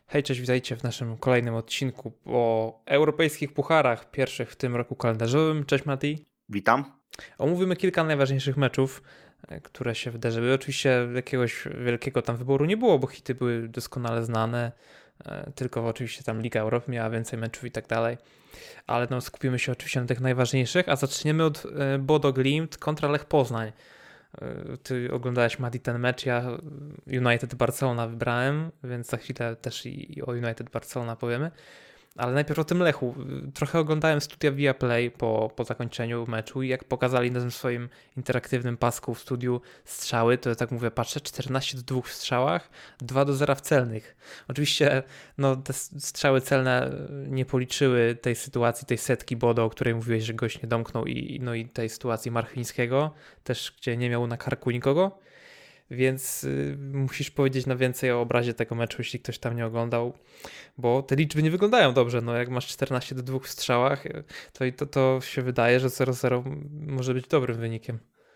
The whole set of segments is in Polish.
Hej, cześć, witajcie w naszym kolejnym odcinku o europejskich pucharach, pierwszych w tym roku kalendarzowym. Cześć Mati. Witam. Omówimy kilka najważniejszych meczów, które się wydarzyły. Oczywiście jakiegoś wielkiego tam wyboru nie było, bo hity były doskonale znane, tylko oczywiście tam Liga Europy miała więcej meczów i tak dalej. Ale no, skupimy się oczywiście na tych najważniejszych, a zaczniemy od Bodo Glimt kontra Lech Poznań. Ty oglądałeś, Mati, ten mecz, ja United Barcelona wybrałem, więc za chwilę też i o United Barcelona powiemy. Ale najpierw o tym Lechu. Trochę oglądałem studia Viaplay po zakończeniu meczu i jak pokazali na tym swoim interaktywnym pasku w studiu strzały, to tak mówię, patrzę, 14-2 w strzałach, 2-0 w celnych. Oczywiście no, te strzały celne nie policzyły tej sytuacji, tej setki Bodo, o której mówiłeś, że gość nie domknął i tej sytuacji Marchwińskiego, też gdzie nie miał na karku nikogo. Więc musisz powiedzieć na więcej o obrazie tego meczu, jeśli ktoś tam nie oglądał, bo te liczby nie wyglądają dobrze. No, jak masz 14-2 w strzałach, to się wydaje, że 0-0 może być dobrym wynikiem.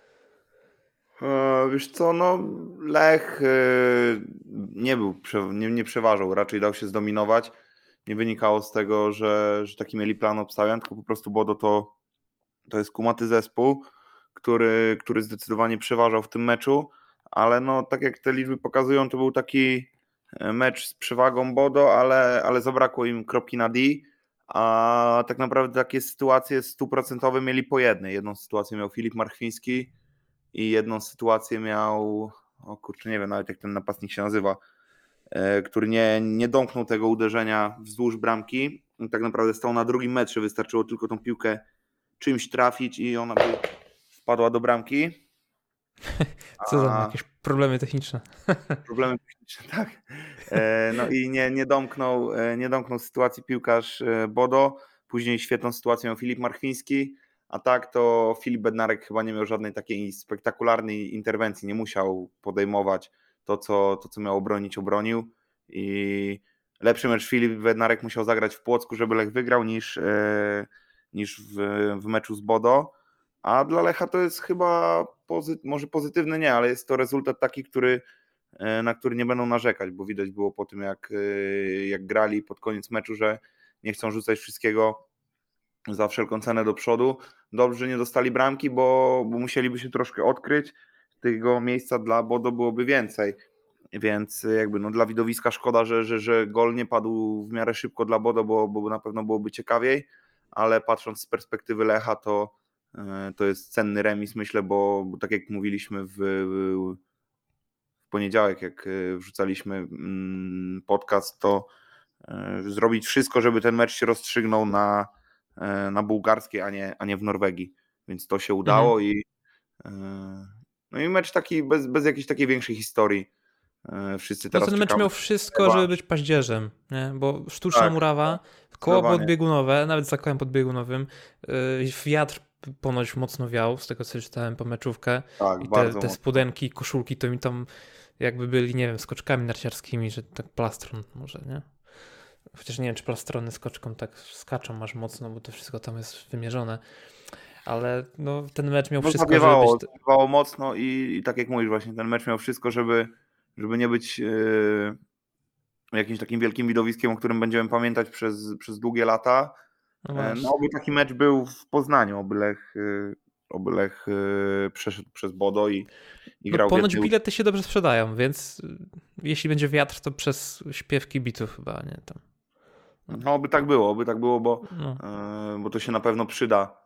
Wiesz co, no Lech nie był, nie przeważał, raczej dał się zdominować. Nie wynikało z tego, że taki mieli plan obstawian, tylko po prostu Bodo to jest kumaty zespół, który zdecydowanie przeważał w tym meczu, ale no tak jak te liczby pokazują, to był taki mecz z przewagą Bodo, ale zabrakło im kropki na D, a tak naprawdę takie sytuacje 100% mieli po jednej. Jedną sytuację miał Filip Marchwiński i jedną sytuację miał, o kurczę, nie wiem nawet jak ten napastnik się nazywa, który nie domknął tego uderzenia wzdłuż bramki. I tak naprawdę stał na drugim metrze, wystarczyło tylko tą piłkę czymś trafić i ona by wpadła do bramki. Co tam, A jakieś problemy techniczne? problemy techniczne, tak. No i nie domknął sytuacji piłkarz Bodo. Później świetną sytuację miał Filip Marchwiński, a tak to Filip Bednarek chyba nie miał żadnej takiej spektakularnej interwencji, nie musiał podejmować to co miał obronić, obronił i lepszy mecz Filip Bednarek musiał zagrać w Płocku, żeby Lech wygrał niż w meczu z Bodo, a dla Lecha to jest chyba może pozytywny nie, ale jest to rezultat taki, na który nie będą narzekać, bo widać było po tym, jak grali pod koniec meczu, że nie chcą rzucać wszystkiego za wszelką cenę do przodu. Dobrze, że nie dostali bramki, bo musieliby się troszkę odkryć. Tego miejsca dla Bodo byłoby więcej. Więc jakby no dla widowiska szkoda, że gol nie padł w miarę szybko dla Bodo, bo na pewno byłoby ciekawiej, ale patrząc z perspektywy Lecha, to jest cenny remis, myślę, bo tak jak mówiliśmy w poniedziałek, jak wrzucaliśmy podcast, to zrobić wszystko, żeby ten mecz się rozstrzygnął na bułgarskiej, a nie w Norwegii. Więc to się Mhm. udało e, no i mecz taki bez jakiejś takiej większej historii. Wszyscy No teraz ten mecz czekamy miał na wszystko, żeby rewanż. być paździerzem, nie? Bo sztuczna Tak, murawa, koło zdecydowanie. podbiegunowe, nawet za kołem podbiegunowym, wiatr ponoć mocno wiał, z tego co czytałem po meczówkę Tak, i bardzo te mocno. spodenki, koszulki to mi tam jakby byli, nie wiem, skoczkami narciarskimi, że tak plastron może, nie? Chociaż nie wiem, czy plastrony skoczką tak skaczą aż mocno, bo to wszystko tam jest wymierzone. Ale no, ten mecz miał No wszystko, żeby być. zawiewało mocno i tak jak mówisz właśnie, ten mecz miał wszystko, żeby nie być jakimś takim wielkim widowiskiem, o którym będziemy pamiętać przez długie lata. No No właśnie. oby taki mecz był w Poznaniu, oby Lech przeszedł przez Bodo i No grał w ponoć jednej. bilety się dobrze sprzedają, więc jeśli będzie wiatr, to przez śpiew kibiców chyba, nie tam. No, No oby tak było, no. bo to się na pewno przyda.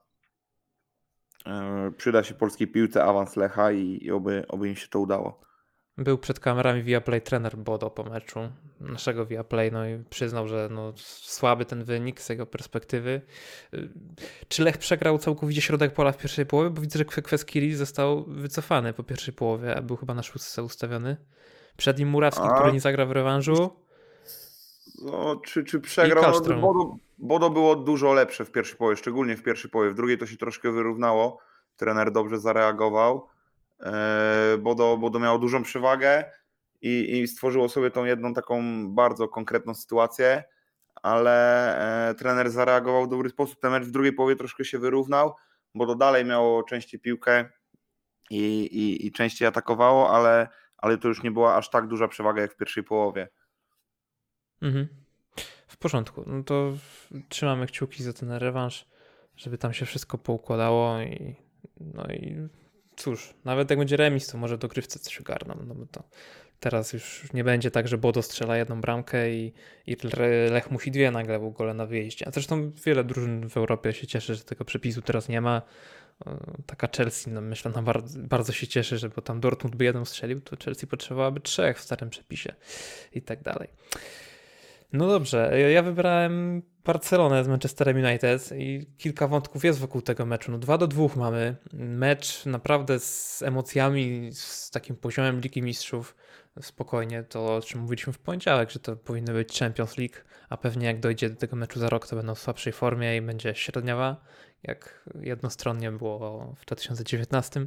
Przyda się polskiej piłce awans Lecha i oby im się to udało. Był przed kamerami Viaplay trener Bodo po meczu naszego Viaplay, no i przyznał, że no, słaby ten wynik z jego perspektywy. Czy Lech przegrał całkowicie środek pola w pierwszej połowie? Bo widzę, że Kweskiri został wycofany po pierwszej połowie, a był chyba na szóstce ustawiony. Przed nim Murawski, który A nie zagra w rewanżu, no, czy i przegrał? No, Kallström. Bodo było dużo lepsze w pierwszej połowie, szczególnie w pierwszej połowie. W drugiej to się troszkę wyrównało. Trener dobrze zareagował. Bodo miało dużą przewagę i stworzyło sobie tą jedną taką bardzo konkretną sytuację, ale trener zareagował w dobry sposób. Ten mecz w drugiej połowie troszkę się wyrównał, Bodo dalej miało częściej piłkę i częściej atakowało, ale to już nie była aż tak duża przewaga jak w pierwszej połowie. Mhm. W porządku. No to trzymamy kciuki za ten rewanż, żeby tam się wszystko poukładało i cóż, nawet jak będzie remis, to może dogrywce coś ogarną, no bo to teraz już nie będzie tak, że Bodo strzela jedną bramkę i Lech musi dwie nagle w ogóle na wyjeździe. A zresztą wiele drużyn w Europie się cieszy, że tego przepisu teraz nie ma. Taka Chelsea, no myślę, bardzo się cieszy, że bo tam Dortmund by jeden strzelił, to Chelsea potrzebowałaby trzech w starym przepisie i tak dalej. No dobrze, ja wybrałem Barcelonę z Manchesterem United i kilka wątków jest wokół tego meczu. No 2-2 mamy. Mecz naprawdę z emocjami, z takim poziomem Ligi Mistrzów. Spokojnie, to o czym mówiliśmy w poniedziałek, że to powinno być Champions League, a pewnie jak dojdzie do tego meczu za rok, to będą w słabszej formie i będzie średniawa, jak jednostronnie było w 2019.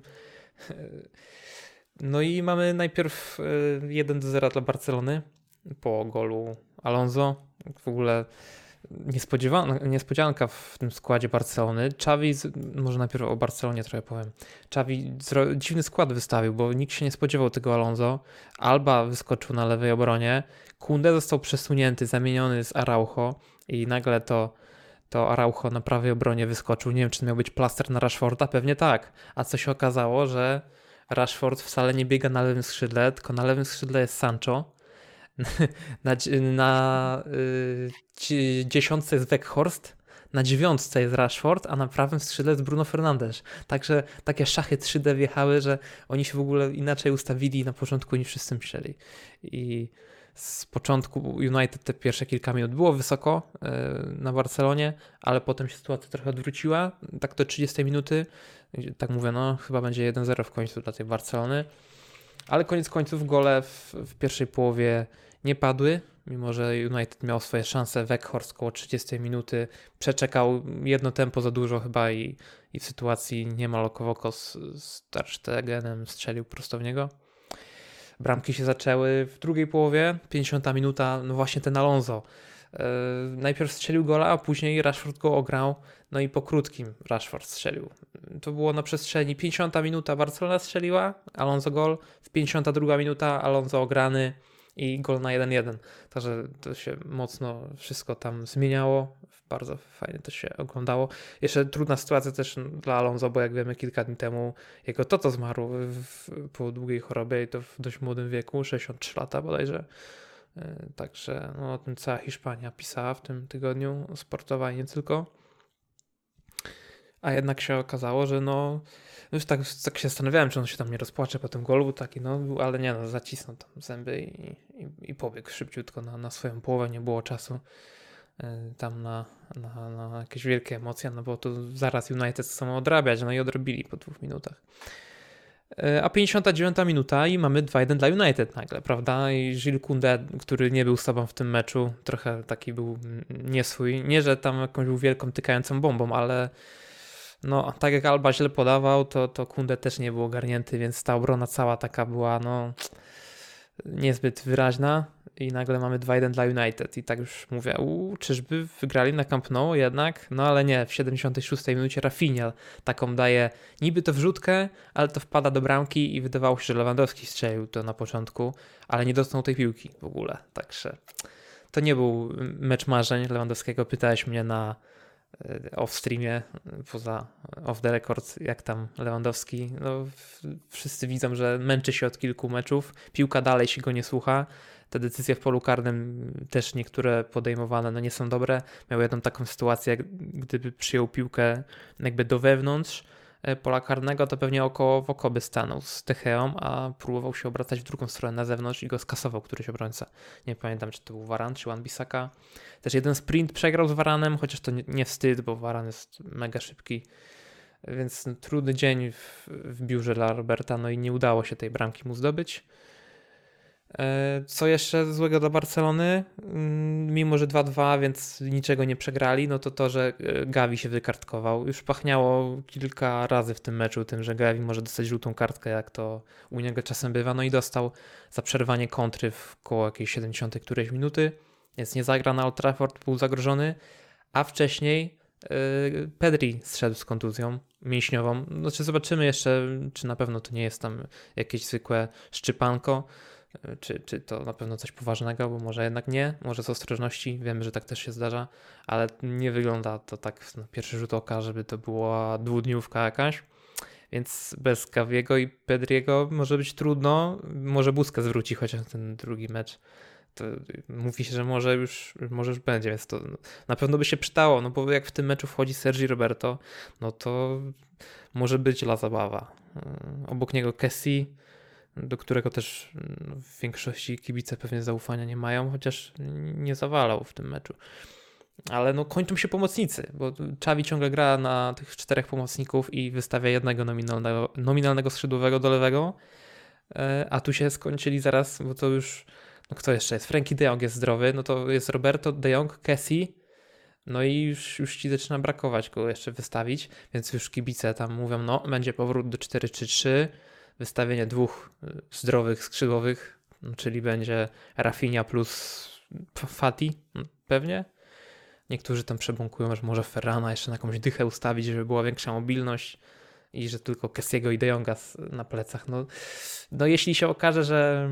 No i mamy najpierw 1-0 dla Barcelony po golu Alonso. W ogóle niespodzianka w tym składzie Barcelony. Xavi, może najpierw o Barcelonie trochę powiem. Xavi dziwny skład wystawił, bo nikt się nie spodziewał tego Alonso. Alba wyskoczył na lewej obronie. Koundé został przesunięty, zamieniony z Araujo i nagle to Araujo na prawej obronie wyskoczył. Nie wiem, czy to miał być plaster na Rashforda, pewnie tak. A co się okazało, że Rashford wcale nie biega na lewym skrzydle, tylko na lewym skrzydle jest Sancho. Na dziesiątce jest Weghorst, na dziewiątce jest Rashford, a na prawym skrzydle jest Bruno Fernandes. Także takie szachy 3D wjechały, że oni się w ogóle inaczej ustawili na początku niż wszyscy myśleli. I z początku United te pierwsze kilka minut było wysoko na Barcelonie, ale potem się sytuacja trochę odwróciła. Tak do 30 minuty, tak mówię, no chyba będzie 1-0 w końcu dla tej Barcelony. Ale koniec końców gole w pierwszej połowie nie padły, mimo że United miał swoje szanse. Weghorst koło 30 minuty przeczekał jedno tempo za dużo chyba i w sytuacji niemal oko w oko z Ter Stegenem strzelił prosto w niego. Bramki się zaczęły w drugiej połowie, 50 minuta, no właśnie ten Alonso. Najpierw strzelił gola, a później Rashford go ograł, no i po krótkim Rashford strzelił. To było na przestrzeni 50 minuta Barcelona strzeliła, Alonso gol, w 52 minuta Alonso ograny i gol na 1-1. Także to się mocno wszystko tam zmieniało, bardzo fajnie to się oglądało. Jeszcze trudna sytuacja też dla Alonso, bo jak wiemy kilka dni temu jego tato zmarł po długiej chorobie i to w dość młodym wieku, 63 lata bodajże. Także no, o tym cała Hiszpania pisała w tym tygodniu, sportowa i nie tylko. A jednak się okazało, że no już tak się zastanawiałem, czy on się tam nie rozpłacze po tym golu taki, no ale nie, no zacisnął tam zęby i pobiegł szybciutko na swoją połowę, nie było czasu tam na jakieś wielkie emocje, no bo to zaraz United chcą odrabiać, no i odrobili po 2 minutach. A 59 minuta i mamy 2-1 dla United nagle, prawda? I Jules Koundé, który nie był sobą w tym meczu, trochę taki był nieswój. Nie, że tam jakąś był wielką tykającą bombą, ale no tak jak Alba źle podawał, to Koundé też nie był ogarnięty, więc ta obrona cała taka była no niezbyt wyraźna i nagle mamy 2-1 dla United i tak już mówię, czyżby wygrali na Camp Nou jednak? No ale nie, w 76 minucie Rafinha taką daje niby to wrzutkę, ale to wpada do bramki i wydawało się, że Lewandowski strzelił to na początku, ale nie dostał tej piłki w ogóle, także to nie był mecz marzeń Lewandowskiego. Pytałeś mnie na off-streamie, poza off the record, jak tam Lewandowski. No, wszyscy widzą, że męczy się od kilku meczów, piłka dalej się go nie słucha. Te decyzje w polu karnym też niektóre podejmowane no nie są dobre. Miał jedną taką sytuację, gdyby przyjął piłkę jakby do wewnątrz pola karnego, to pewnie oko w oko by stanął z Techeą, a próbował się obracać w drugą stronę na zewnątrz i go skasował któryś obrońca. Nie pamiętam, czy to był Varane, czy Wan-Bissaka. Też jeden sprint przegrał z Varanem, chociaż to nie wstyd, bo Varane jest mega szybki. Więc trudny dzień w biurze dla Roberta, no i nie udało się tej bramki mu zdobyć. Co jeszcze złego dla Barcelony? Mimo, że 2-2, więc niczego nie przegrali, no to że Gavi się wykartkował. Już pachniało kilka razy w tym meczu tym, że Gavi może dostać żółtą kartkę, jak to u niego czasem bywa. No i dostał za przerwanie kontry w koło jakiejś 70 którejś minuty. Więc nie zagra na Old Trafford, był zagrożony. A wcześniej Pedri zszedł z kontuzją mięśniową. Znaczy zobaczymy jeszcze, czy na pewno to nie jest tam jakieś zwykłe szczypanko. Czy to na pewno coś poważnego, bo może jednak nie, może z ostrożności, wiemy, że tak też się zdarza, ale nie wygląda to tak na pierwszy rzut oka, żeby to była dwudniówka jakaś, więc bez Gaviego i Pedriego może być trudno, może Busquets zwróci chociaż ten drugi mecz. To mówi się, że może już będzie, więc to na pewno by się przydało, no bo jak w tym meczu wchodzi Sergi Roberto, no to może być la zabawa. Obok niego Kessie, do którego też w większości kibice pewnie zaufania nie mają, chociaż nie zawalał w tym meczu. Ale no kończą się pomocnicy, bo Xavi ciągle gra na tych 4 pomocników i wystawia jednego nominalnego skrzydłowego do lewego, a tu się skończyli zaraz, bo to już, no kto jeszcze jest? Frenkie de Jong jest zdrowy, no to jest Roberto, de Jong, Kessie, no i już ci zaczyna brakować kogo jeszcze wystawić, więc już kibice tam mówią, no będzie powrót do 4-3-3, wystawienie 2 zdrowych skrzydłowych, no, czyli będzie Rafinha plus Fati, no, pewnie. Niektórzy tam przebąkują, że może Ferrana jeszcze na jakąś dychę ustawić, żeby była większa mobilność i że tylko Kessiego i De Jonga na plecach. No jeśli się okaże,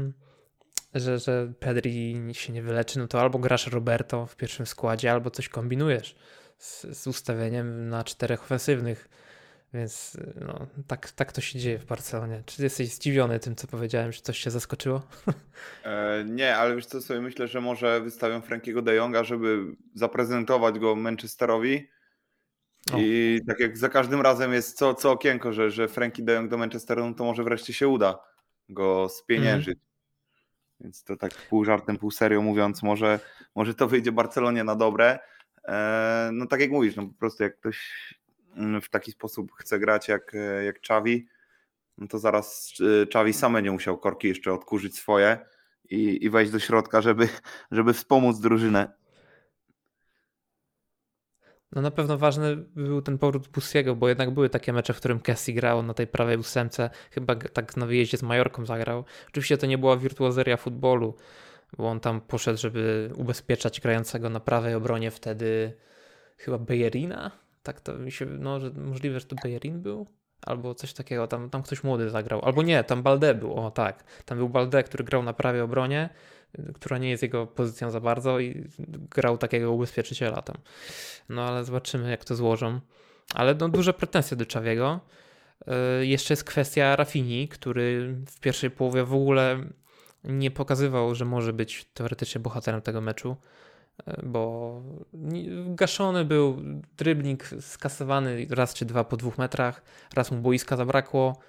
że Pedri się nie wyleczy, no to albo grasz Roberto w pierwszym składzie, albo coś kombinujesz z ustawieniem na 4 ofensywnych. Więc no, tak to się dzieje w Barcelonie. Czy jesteś zdziwiony tym, co powiedziałem? Czy coś cię zaskoczyło? Nie, ale wiesz co, sobie myślę, że może wystawią Frankiego de Jonga, żeby zaprezentować go Manchesterowi. O. I tak jak za każdym razem jest co okienko, że Frankie de Jong do Manchesteru, no to może wreszcie się uda go spieniężyć. Więc to tak pół żartem, pół serio mówiąc, może to wyjdzie Barcelonie na dobre. No tak jak mówisz, no po prostu jak ktoś w taki sposób chce grać jak Xavi, no to zaraz Xavi sam będzie musiał korki jeszcze odkurzyć swoje i wejść do środka, żeby wspomóc drużynę. No na pewno ważny był ten powrót Bussiego, bo jednak były takie mecze, w którym Kessie grał na tej prawej ósemce. Chyba tak na wyjeździe z Majorką zagrał. Oczywiście to nie była wirtuozeria futbolu, bo on tam poszedł, żeby ubezpieczać grającego na prawej obronie wtedy chyba Bellerina. Tak to mi się, no że możliwe, że to Bellerin był? Albo coś takiego, tam ktoś młody zagrał. Albo nie, tam Balde był, o tak. Tam był Balde, który grał na prawej obronie, która nie jest jego pozycją za bardzo i grał takiego ubezpieczyciela tam. No ale zobaczymy, jak to złożą. Ale no, duże pretensje do Xaviego. Jeszcze jest kwestia Rafini, który w pierwszej połowie w ogóle nie pokazywał, że może być teoretycznie bohaterem tego meczu, bo gaszony był, dribbling skasowany raz czy dwa po 2 metrach, raz mu boiska zabrakło.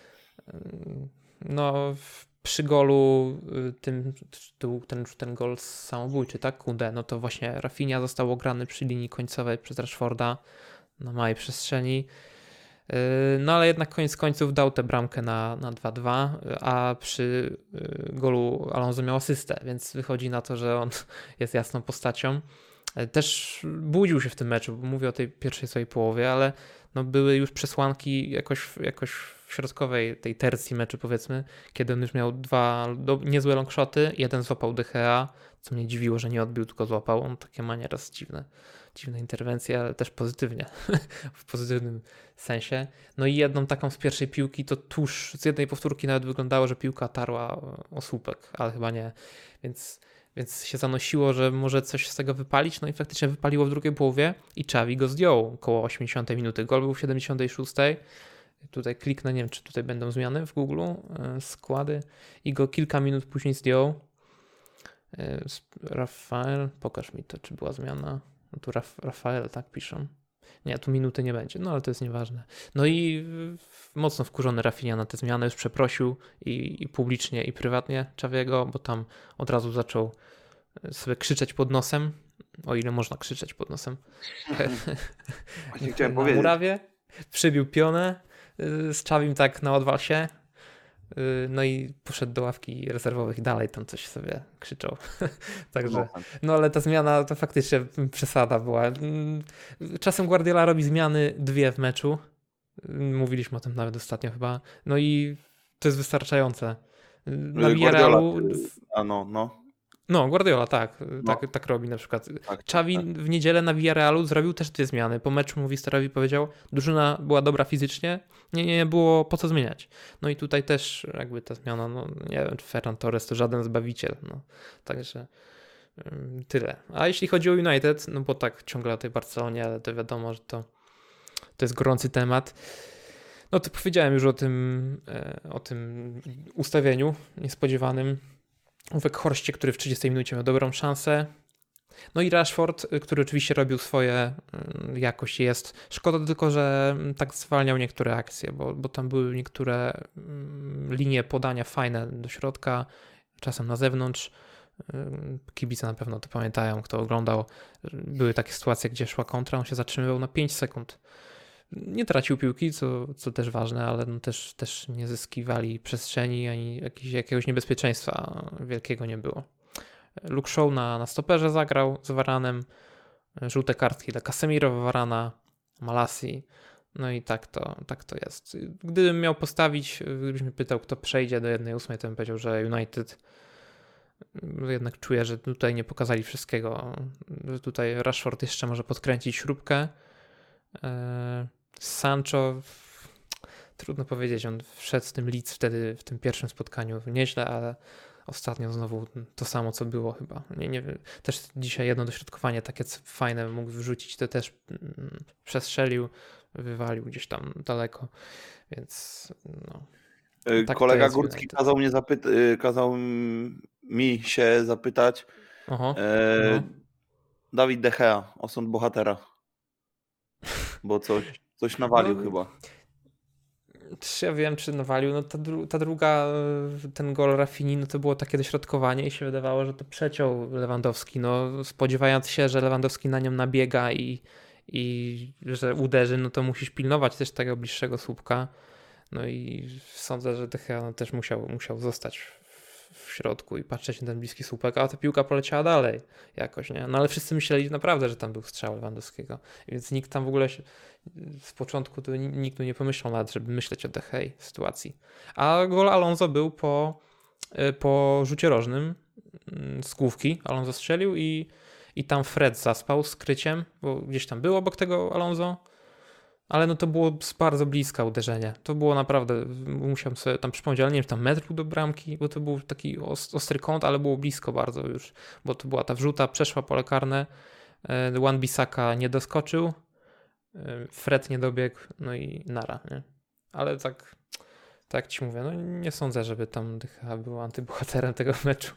No przy golu ten gol samobójczy, tak? Kunde, no to właśnie Rafinha został ograny przy linii końcowej przez Rashforda na małej przestrzeni. No ale jednak koniec końców dał tę bramkę na 2-2, a przy golu Alonso miał asystę, więc wychodzi na to, że on jest jasną postacią. Też budził się w tym meczu, bo mówię o tej pierwszej swojej połowie, ale no były już przesłanki jakoś w środkowej tej tercji meczu powiedzmy, kiedy on już miał 2 niezłe longshoty, jeden złapał De Gea, co mnie dziwiło, że nie odbił, tylko złapał. On takie ma nieraz dziwne interwencje, ale też pozytywnie, w pozytywnym sensie. No i jedną taką z pierwszej piłki to tuż z jednej powtórki nawet wyglądało, że piłka tarła o słupek, ale chyba nie. Więc się zanosiło, że może coś z tego wypalić, no i faktycznie wypaliło w drugiej połowie i Xavi go zdjął około 80 minuty. Gol był w 76. Tutaj kliknę, nie wiem czy tutaj będą zmiany w Google, składy i go kilka minut później zdjął. Rafael, pokaż mi to, czy była zmiana. No tu Rafael, tak piszą. Nie, tu minuty nie będzie, no ale to jest nieważne. No i mocno wkurzony Rafinha na te zmiany, już przeprosił i publicznie, i prywatnie Xaviego, bo tam od razu zaczął sobie krzyczeć pod nosem, o ile można krzyczeć pod nosem. Właśnie chciałem na powiedzieć. murawie, przybił pionę z Xavim tak na odwalsie, no i poszedł do ławki rezerwowych dalej, tam coś sobie krzyczał. Także, no ale ta zmiana to faktycznie przesada była. Czasem Guardiola robi zmiany 2 w meczu. Mówiliśmy o tym nawet ostatnio chyba. No i to jest wystarczające. Na Villarrealu... No. No, Guardiola, tak, No, tak robi na przykład. tak, tak, Xavi tak. w niedzielę na Villarrealu zrobił też dwie zmiany. Po meczu Movistarowi powiedział, drużyna była dobra fizycznie, nie było po co zmieniać. No i tutaj też jakby ta zmiana, no nie wiem, czy Ferran Torres to żaden zbawiciel, no. Także tyle. A jeśli chodzi o United, no bo tak ciągle o tej Barcelonie, ale to wiadomo, że to jest gorący temat. No to powiedziałem już o tym ustawieniu niespodziewanym. Weghorście, który w 30 minucie miał dobrą szansę. No i Rashford, który oczywiście robił swoje, jakoś jest. Szkoda tylko, że tak zwalniał niektóre akcje, bo tam były niektóre linie podania fajne do środka, czasem na zewnątrz. Kibice na pewno to pamiętają, kto oglądał. Były takie sytuacje, gdzie szła kontra, on się zatrzymywał na 5 sekund. Nie tracił piłki, co też ważne, ale no też nie zyskiwali przestrzeni ani jakiegoś niebezpieczeństwa wielkiego nie było. Luke Shaw na stoperze zagrał z Varanem, żółte kartki dla Casemiro, Varana, Malasi. No i tak to jest. Gdybym miał postawić, gdybyś mnie pytał, kto przejdzie do 1/8, to bym powiedział, że United. Jednak czuję, że tutaj nie pokazali wszystkiego. Że tutaj Rashford jeszcze może podkręcić śrubkę. Sancho, trudno powiedzieć, on wszedł z tym Leeds wtedy w tym pierwszym spotkaniu nieźle, ale ostatnio znowu to samo, co było chyba. Nie wiem. Też dzisiaj jedno dośrodkowanie takie fajne mógł wrzucić, to też przestrzelił, wywalił gdzieś tam daleko, więc no. Tak to Kolega jest Górski United. kazał mi się zapytać, Oho, e, no. Dawid De Gea, osąd bohatera, bo coś No, nawalił chyba. czy ja wiem, czy nawalił. No ta druga, ten gol Rafini, no to było takie dośrodkowanie i się wydawało, że to przeciął Lewandowski. No, spodziewając się, że Lewandowski na nią nabiega i że uderzy, no to musisz pilnować też tego bliższego słupka. No i sądzę, że De Gea no, też musiał zostać w środku i patrzeć na ten bliski słupek, a ta piłka poleciała dalej jakoś, nie? No ale wszyscy myśleli naprawdę, że tam był strzał Lewandowskiego, więc nikt tam w ogóle z początku to nikt nie pomyślał nawet, żeby myśleć o De Gea w sytuacji. A gol Alonso był po rzucie rożnym z główki. Alonso strzelił i tam Fred zaspał z kryciem, bo gdzieś tam był obok tego Alonso. Ale no to było z bardzo bliska uderzenie. To było naprawdę, musiałem sobie tam przypomnieć, ale nie wiem, czy tam metr był do bramki, bo to był taki ostry kąt, ale było blisko bardzo już, bo to była ta wrzuta, przeszła pole karne, Wan-Bissaka nie doskoczył, Fred nie dobiegł, no i nara, nie? Ale tak jak ci mówię, no nie sądzę, żeby tam Dycha był antybohaterem tego meczu.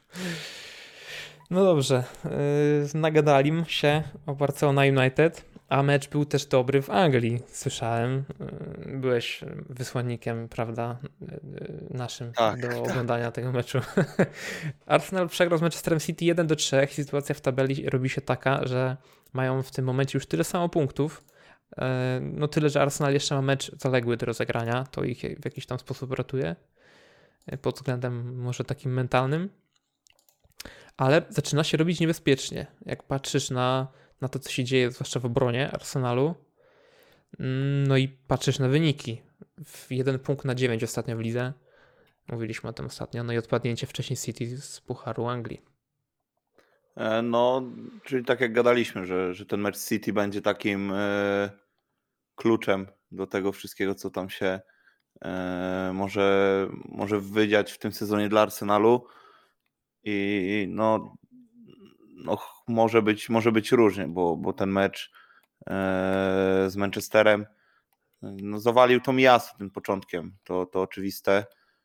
No dobrze, nagadali się o Barcelona United, a mecz był też dobry w Anglii, słyszałem. Byłeś wysłannikiem, prawda, naszym Tak, do tak. oglądania tego meczu. Arsenal przegrał z Manchesterem City 1-3. Sytuacja w tabeli robi się taka, że mają w tym momencie już tyle samo punktów. No tyle, że Arsenal jeszcze ma mecz zaległy do rozegrania, to ich w jakiś tam sposób ratuje pod względem może takim mentalnym. Ale zaczyna się robić niebezpiecznie. Jak patrzysz na to, co się dzieje, zwłaszcza w obronie Arsenalu, no i patrzysz na wyniki. 1 punkt na 9 ostatnio w lidze. Mówiliśmy o tym ostatnio. No i odpadnięcie wcześniej City z Pucharu Anglii. No, czyli tak jak gadaliśmy, że ten mecz City będzie takim kluczem do tego wszystkiego, co tam się może wydziać w tym sezonie dla Arsenalu. I no może być różnie, bo ten mecz z Manchesterem no, zawalił Tomiyasu tym początkiem. To oczywiste,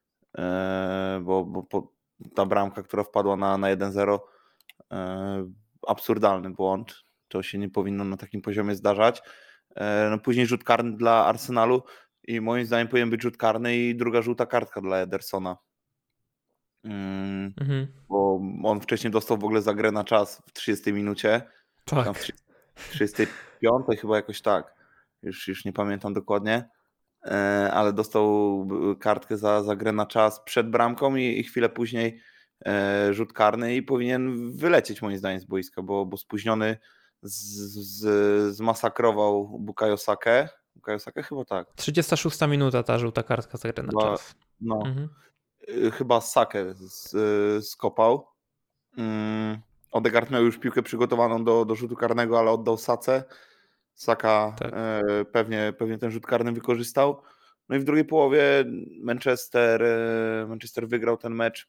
bo ta bramka, która wpadła na 1-0, absurdalny błąd. To się nie powinno na takim poziomie zdarzać. No, później rzut karny dla Arsenalu i moim zdaniem powinien być rzut karny i druga żółta kartka dla Edersona. Bo on wcześniej dostał w ogóle za grę na czas w 30 minucie, czy tam w Tak. 35 chyba jakoś tak, już nie pamiętam dokładnie, ale dostał kartkę za grę na czas przed bramką i chwilę później rzut karny i powinien wylecieć moim zdaniem z boiska, bo spóźniony zmasakrował Bukayo Sakę. Bukayo Sakę chyba tak. 36 minuta ta żółta kartka za grę na czas. No, chyba Sakę skopał Mm, Odegaard miał już piłkę przygotowaną do rzutu karnego, ale oddał Sace. Saka Tak. pewnie ten rzut karny wykorzystał. No i w drugiej połowie Manchester wygrał ten mecz.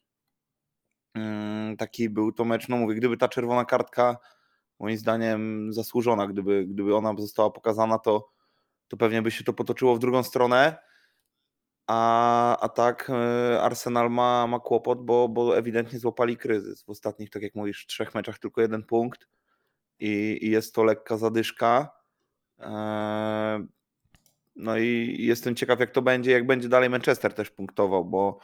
Taki był to mecz, no mówię, gdyby ta czerwona kartka, moim zdaniem zasłużona, gdyby ona została pokazana, to pewnie by się to potoczyło w drugą stronę. A tak Arsenal ma kłopot, bo ewidentnie złapali kryzys. W ostatnich, tak jak mówisz, 3 meczach tylko 1 punkt i jest to lekka zadyszka. No i jestem ciekaw, jak to będzie, jak będzie dalej Manchester też punktował, bo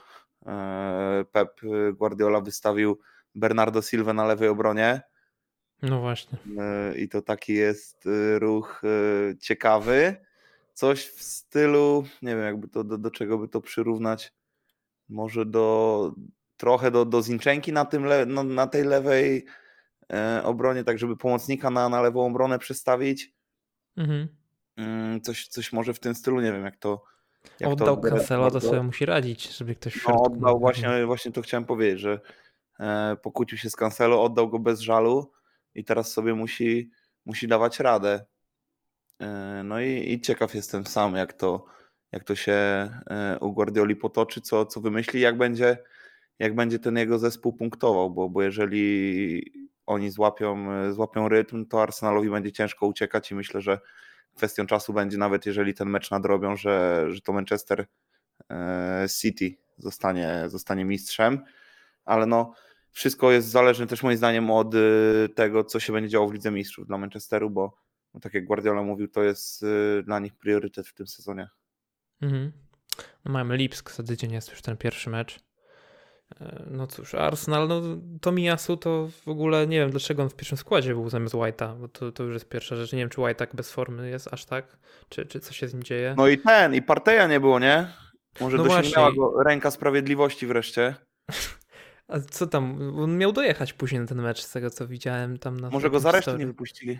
Pep Guardiola wystawił Bernardo Silva na lewej obronie No właśnie. i to taki jest ruch ciekawy. Coś w stylu, nie wiem, jakby to do czego by to przyrównać, może trochę do Zinchenki na tej lewej obronie, tak żeby pomocnika na lewą obronę przestawić. Mhm. Coś może w tym stylu, nie wiem jak to Oddał odbierać Cancelo, to bardzo. sobie musi radzić, żeby ktoś w No środku oddał, mógł wymienić. właśnie to chciałem powiedzieć, że pokłócił się z Cancelo, oddał go bez żalu i teraz sobie musi dawać radę. No i ciekaw jestem sam, jak to się u Guardioli potoczy, co wymyśli, jak będzie ten jego zespół punktował, bo jeżeli oni złapią rytm, to Arsenalowi będzie ciężko uciekać i myślę, że kwestią czasu będzie, nawet jeżeli ten mecz nadrobią, że to Manchester City zostanie mistrzem, ale no wszystko jest zależne też moim zdaniem od tego, co się będzie działo w Lidze Mistrzów dla Manchesteru, bo tak jak Guardiola mówił, to jest dla nich priorytet w tym sezonie. Mhm. No mamy Lipsk, za tydzień jest już ten pierwszy mecz. No cóż, Arsenal, no Tomiyasu to w ogóle nie wiem, dlaczego on w pierwszym składzie był zamiast White'a, bo to już jest pierwsza rzecz. Nie wiem, czy White tak bez formy jest aż tak, czy co się z nim dzieje. No i Parteja nie było, nie? Może No dosięgnęła właśnie, go ręka sprawiedliwości wreszcie. a co tam, on miał dojechać później na ten mecz, z tego co widziałem tam na Może go jakimś za resztę nie story. wypuścili.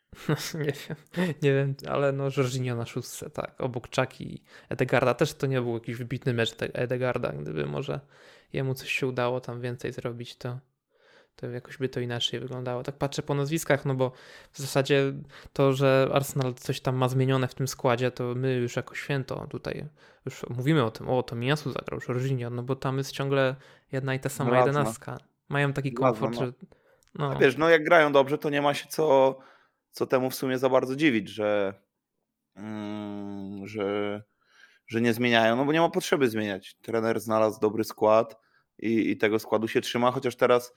Nie wiem, ale no Jorginho na szóstce, tak, obok Czaki i Edegarda. Też to nie był jakiś wybitny mecz Edegarda, gdyby może jemu coś się udało tam więcej zrobić, to jakoś by to inaczej wyglądało. Tak patrzę po nazwiskach, no bo w zasadzie to, że Arsenal coś tam ma zmienione w tym składzie, to my już jako święto tutaj już mówimy o tym, o Tomiyasu zagrał, Jorginho, no bo tam jest ciągle jedna i ta sama Żelazna. jedenastka. Mają taki Żelazna, komfort, no. że A no, wiesz, no jak grają dobrze, to nie ma się co temu w sumie za bardzo dziwić, mm, że, że nie zmieniają, no bo nie ma potrzeby zmieniać. Trener znalazł dobry skład i tego składu się trzyma, chociaż teraz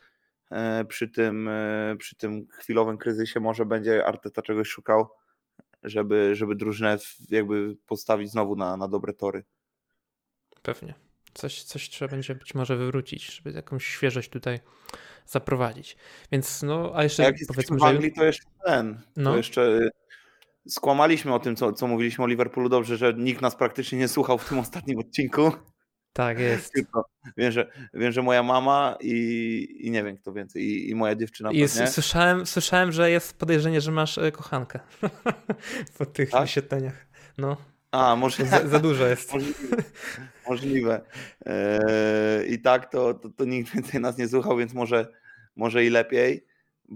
przy tym chwilowym kryzysie może będzie Arteta czegoś szukał, żeby drużynę jakby postawić znowu na dobre tory. pewnie. Coś trzeba będzie być może wywrócić, żeby jakąś świeżość tutaj zaprowadzić. Więc no, a A jeszcze jak jesteśmy powiedzmy, w że Anglii, to no, jeszcze skłamaliśmy o tym, co mówiliśmy o Liverpoolu dobrze, że nikt nas praktycznie nie słuchał w tym ostatnim odcinku. tak jest. Tylko wiem, że moja mama i nie wiem kto więcej, i moja dziewczyna I pewnie. słyszałem, że jest podejrzenie, że masz kochankę po tych Tak? wyświetleniach. No, A, może za dużo jest. możliwe. Możliwe. I tak to nikt więcej nas nie słuchał, więc może i lepiej,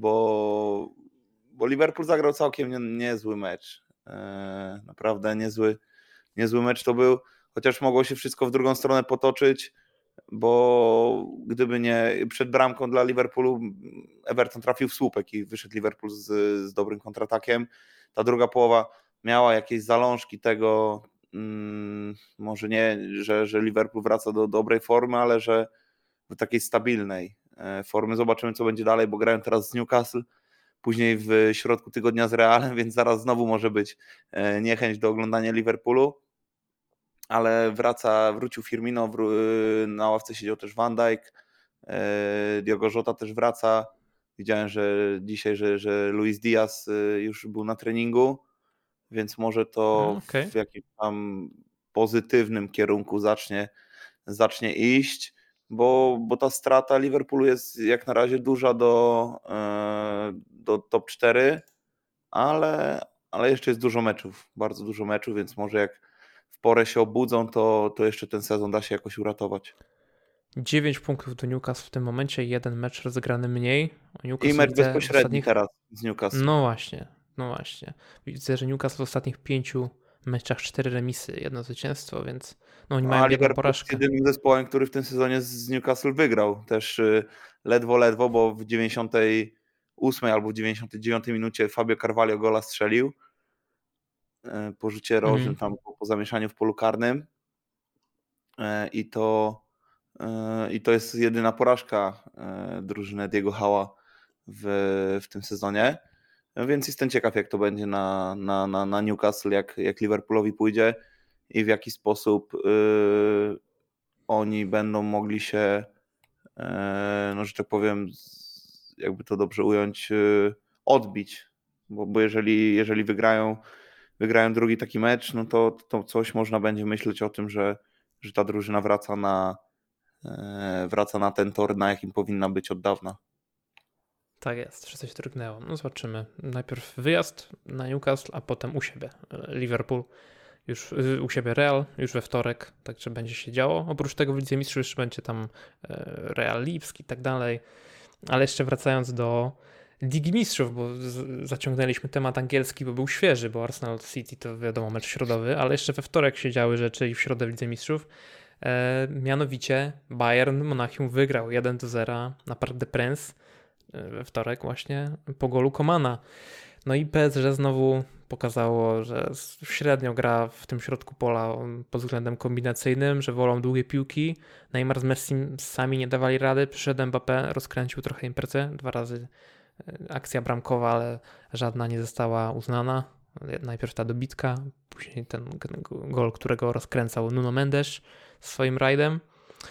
bo Liverpool zagrał całkiem niezły mecz. Naprawdę niezły mecz to był, chociaż mogło się wszystko w drugą stronę potoczyć, bo gdyby nie przed bramką dla Liverpoolu Everton trafił w słupek i wyszedł Liverpool z dobrym kontratakiem. Ta druga połowa miała jakieś zalążki tego, może nie, że Liverpool wraca do dobrej formy, ale że do takiej stabilnej formy. Zobaczymy, co będzie dalej, bo grają teraz z Newcastle, później w środku tygodnia z Realem, więc zaraz znowu może być niechęć do oglądania Liverpoolu, ale wrócił Firmino, na ławce siedział też Van Dijk, Diogo Jota też wraca. Widziałem, że dzisiaj, że Luis Diaz już był na treningu, więc może to Okej. w jakimś tam pozytywnym kierunku zacznie iść, bo ta strata Liverpoolu jest jak na razie duża do top 4, ale jeszcze jest dużo meczów, bardzo dużo meczów, więc może jak w porę się obudzą, to jeszcze ten sezon da się jakoś uratować. 9 punktów do Newcastle w tym momencie, jeden mecz rozegrany mniej. I Newcastle mecz widzę w bezpośredni ostatnich... teraz z Newcastle. No właśnie. Widzę, że Newcastle w ostatnich 5 meczach 4 remisy, jedno zwycięstwo, więc no oni mają A jedną Liverpool jest porażkę. jedynym zespołem, który w tym sezonie z Newcastle wygrał. Też ledwo, bo w 98 albo w 99 minucie Fabio Carvalho gola strzelił po rzucie rożnym, tam po zamieszaniu w polu karnym. I to jest jedyna porażka drużyny Diego Hała w tym sezonie. Więc jestem ciekaw, jak to będzie na Newcastle, jak Liverpoolowi pójdzie i w jaki sposób oni będą mogli się, no że tak powiem, jakby to dobrze ująć, odbić. Bo jeżeli wygrają drugi taki mecz, no to coś można będzie myśleć o tym, że ta drużyna wraca na ten tor, na jakim powinna być od dawna. Tak jest, że coś drgnęło. No zobaczymy. Najpierw wyjazd na Newcastle, a potem u siebie Liverpool. Już u siebie Real, już we wtorek, także będzie się działo. Oprócz tego w Lidze Mistrzów jeszcze będzie tam Real Lipsk i tak dalej. Ale jeszcze wracając do Ligi Mistrzów, bo zaciągnęliśmy temat angielski, bo był świeży, bo Arsenal City to wiadomo mecz środowy, ale jeszcze we wtorek się działy rzeczy i w środę w Lidze Mistrzów. Mianowicie Bayern Monachium wygrał 1-0 na Parc des Princes we wtorek właśnie po golu Komana. No i PSG znowu pokazało, że średnio gra w tym środku pola pod względem kombinacyjnym, że wolą długie piłki. Neymar z Messi sami nie dawali rady, przyszedł Mbappé, rozkręcił trochę imprezę, 2 razy akcja bramkowa, ale żadna nie została uznana. Najpierw ta dobitka, później ten gol, którego rozkręcał Nuno Mendes swoim rajdem.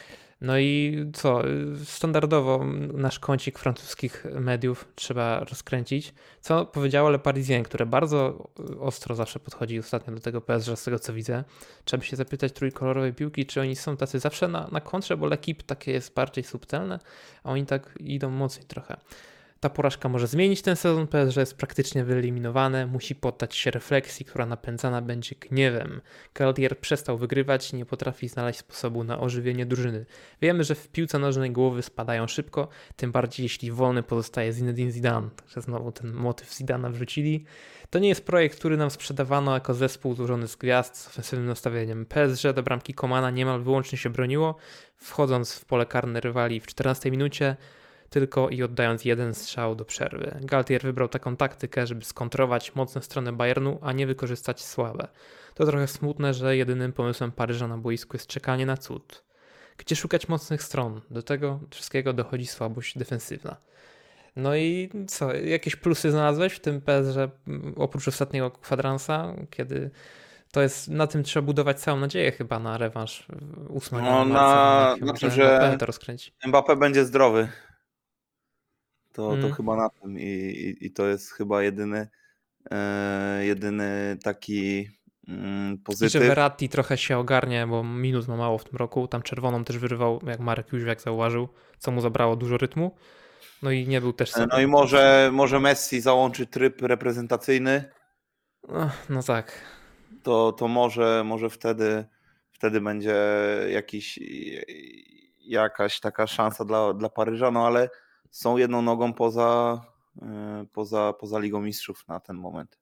No i co, standardowo nasz kącik francuskich mediów trzeba rozkręcić. Co powiedziało Le Parisien, które bardzo ostro zawsze podchodzi ostatnio do tego PSG, z tego co widzę. Trzeba by się zapytać trójkolorowej piłki, czy oni są tacy zawsze na kontrze, bo L'Équipe takie jest bardziej subtelne, a oni tak idą mocniej trochę. Ta porażka może zmienić ten sezon, PSG jest praktycznie wyeliminowane, musi poddać się refleksji, która napędzana będzie gniewem. Galtier przestał wygrywać i nie potrafi znaleźć sposobu na ożywienie drużyny. Wiemy, że w piłce nożnej głowy spadają szybko, tym bardziej jeśli wolny pozostaje Zinedine Zidane, także znowu ten motyw Zidana wrzucili. To nie jest projekt, który nam sprzedawano jako zespół złożony z gwiazd z ofensywnym nastawieniem. PSG do bramki Komana niemal wyłącznie się broniło, wchodząc w pole karne rywali w 14 minucie, tylko i oddając jeden strzał do przerwy. Galtier wybrał taką taktykę, żeby skontrować mocne strony Bayernu, a nie wykorzystać słabe. To trochę smutne, że jedynym pomysłem Paryża na boisku jest czekanie na cud. Gdzie szukać mocnych stron? Do tego wszystkiego dochodzi słabość defensywna. No i co, jakieś plusy znalazłeś w tym PSG oprócz ostatniego kwadransa, kiedy to jest, na tym trzeba budować całą nadzieję chyba na rewanż 8 No, marca, na tym, że Mbappé że to rozkręci. Mbappé będzie zdrowy. To chyba na tym i to jest chyba jedyny taki I że pozytyw. Verratti trochę się ogarnie, bo minut ma mało w tym roku. Tam czerwoną też wyrywał, jak Marek Jóźwiak zauważył, co mu zabrało dużo rytmu. No i nie był też sobie. No i może Messi załączy tryb reprezentacyjny. No tak. To może wtedy będzie jakaś taka szansa dla Paryża, no ale są jedną nogą poza Ligą Mistrzów na ten moment.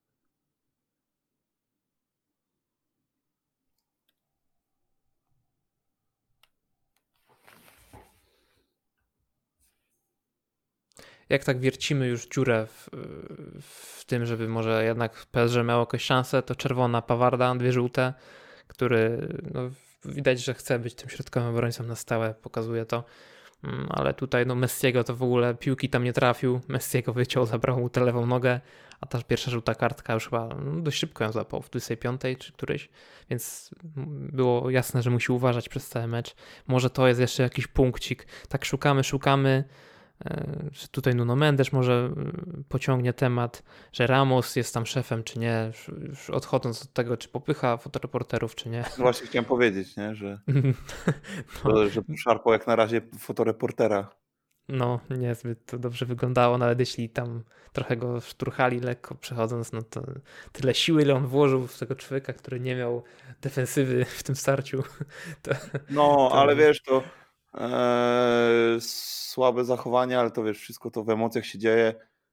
Jak tak wiercimy już dziurę w tym, żeby może jednak PSG miał jakąś szansę, to czerwona Pawarda, 2 żółte, który no, widać, że chce być tym środkowym obrońcą na stałe, pokazuje to. Ale tutaj no Messiego to w ogóle piłki tam nie trafił, Messiego wyciął, zabrał mu tę lewą nogę, a ta pierwsza żółta kartka już chyba dość szybko ją złapał, w 25 czy któryś, więc było jasne, że musi uważać przez cały mecz. Może to jest jeszcze jakiś punkcik, tak szukamy, że tutaj Nuno Mendes może pociągnie temat, że Ramos jest tam szefem, czy nie, już odchodząc od tego, czy popycha fotoreporterów, czy nie. No właśnie chciałem powiedzieć, nie? Że No. że szarpał jak na razie fotoreportera. No, niezbyt to dobrze wyglądało, nawet jeśli tam trochę go szturchali lekko przechodząc, no to tyle siły, ile on włożył w tego człowieka, który nie miał defensywy w tym starciu. No, ale wiesz, to Słabe zachowanie, ale to wiesz, wszystko to w emocjach się dzieje.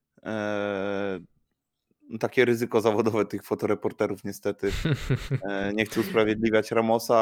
Takie ryzyko zawodowe tych fotoreporterów niestety. Nie chcę usprawiedliwiać Ramosa,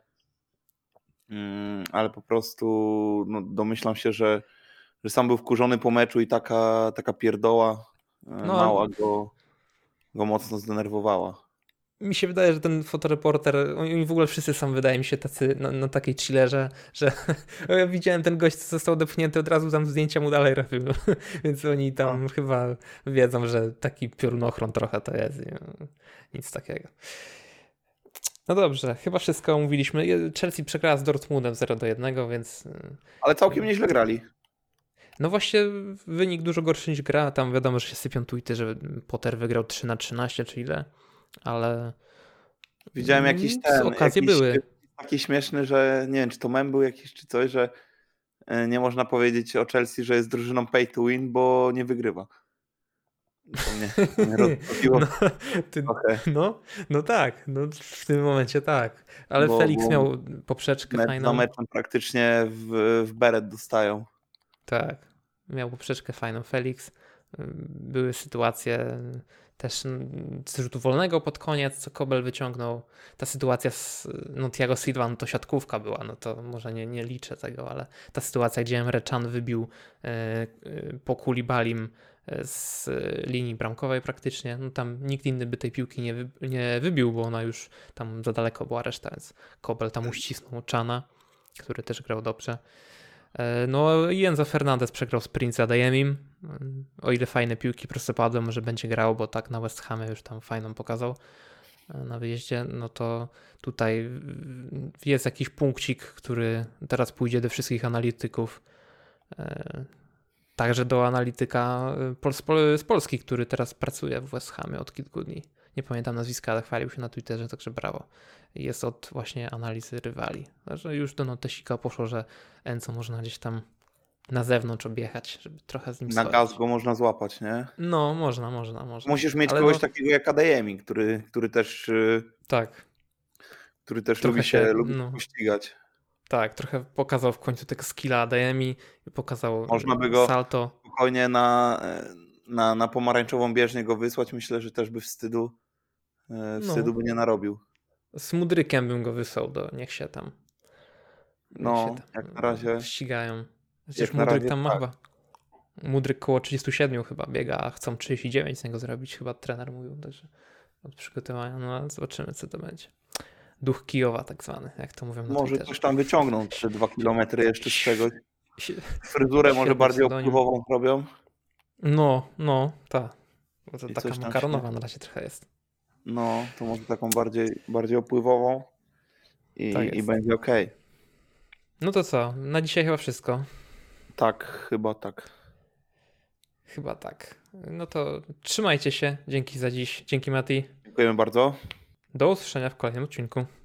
ale po prostu no, domyślam się, że sam był wkurzony po meczu i taka pierdoła No, mała go mocno zdenerwowała. mi się wydaje, że ten fotoreporter, oni w ogóle wszyscy są, wydaje mi się, tacy na takiej chillerze, że ja widziałem ten gość, co został dopchnięty, od razu tam zdjęcia mu dalej robił, więc oni tam chyba wiedzą, że taki piorunochron trochę to jest. Nic takiego. No dobrze, chyba wszystko omówiliśmy. Chelsea przegrała z Dortmundem 0-1, więc... Ale całkiem nieźle grali. No właśnie wynik dużo gorszy niż gra. Tam wiadomo, że się sypią tweety, że Potter wygrał 3-13 czy ile, ale... Widziałem jakiś okazje były. Taki śmieszny, że nie wiem, czy to mem był jakiś, czy coś, że nie można powiedzieć o Chelsea, że jest drużyną pay to win, bo nie wygrywa. To mnie rozbawiło trochę. No tak, no w tym momencie tak. Ale Felix miał poprzeczkę fajną. Za meczem praktycznie w beret dostają. Tak, miał poprzeczkę fajną Felix. Były sytuacje też z rzutu wolnego pod koniec, co Kobel wyciągnął. Ta sytuacja z Thiago Silva, no to siatkówka była, no to może nie liczę tego, ale ta sytuacja, gdzie Emre Can wybił po Koulibalim z linii bramkowej praktycznie, no tam nikt inny by tej piłki nie wybił, bo ona już tam za daleko była reszta, więc Kobel tam uścisnął Cana, który też grał dobrze. No i Enzo Fernandez przegrał sprint z Adeyemim. O ile fajne piłki prostopadłe może będzie grał, bo tak na West Hamie już tam fajną pokazał na wyjeździe, no to tutaj jest jakiś punkcik, który teraz pójdzie do wszystkich analityków. Także do analityka z Polski, który teraz pracuje w West Hamie od kilku dni. Nie pamiętam nazwiska, ale chwalił się na Twitterze, także brawo. Jest od właśnie analizy rywali. Także już do notesika poszło, że Enzo można gdzieś tam na zewnątrz objechać, żeby trochę z nim Na gaz go można złapać, nie? No, można. Musisz mieć ale kogoś takiego jak Adeyemi, który też tak. który też Trochę lubi pościgać. Tak, trochę pokazał w końcu tego skilla Adeyemi i pokazał Można by go salto. Spokojnie na pomarańczową bieżnię go wysłać. Myślę, że też by wstydu by nie narobił. Z Mudrykiem bym go wysłał, niech się tam jak na razie ścigają. Przecież Mudryk tam ma chyba. Mudryk koło 37 chyba biega, a chcą 39 z niego zrobić, chyba trener mówił, także od przygotowania. No zobaczymy, co to będzie. Duch Kijowa tak zwany, jak to mówią na Może Twitterze. coś tam wyciągną, 2 kilometry jeszcze z czegoś. Fryzurę może bardziej opływową robią. No, tak. Bo to I taka makaronowa na razie trochę jest. No, to może taką bardziej opływową i będzie okej. No to co, na dzisiaj chyba wszystko. Tak, chyba tak. Chyba tak. No to trzymajcie się. Dzięki za dziś. Dzięki Mati. Dziękujemy bardzo. Do usłyszenia w kolejnym odcinku.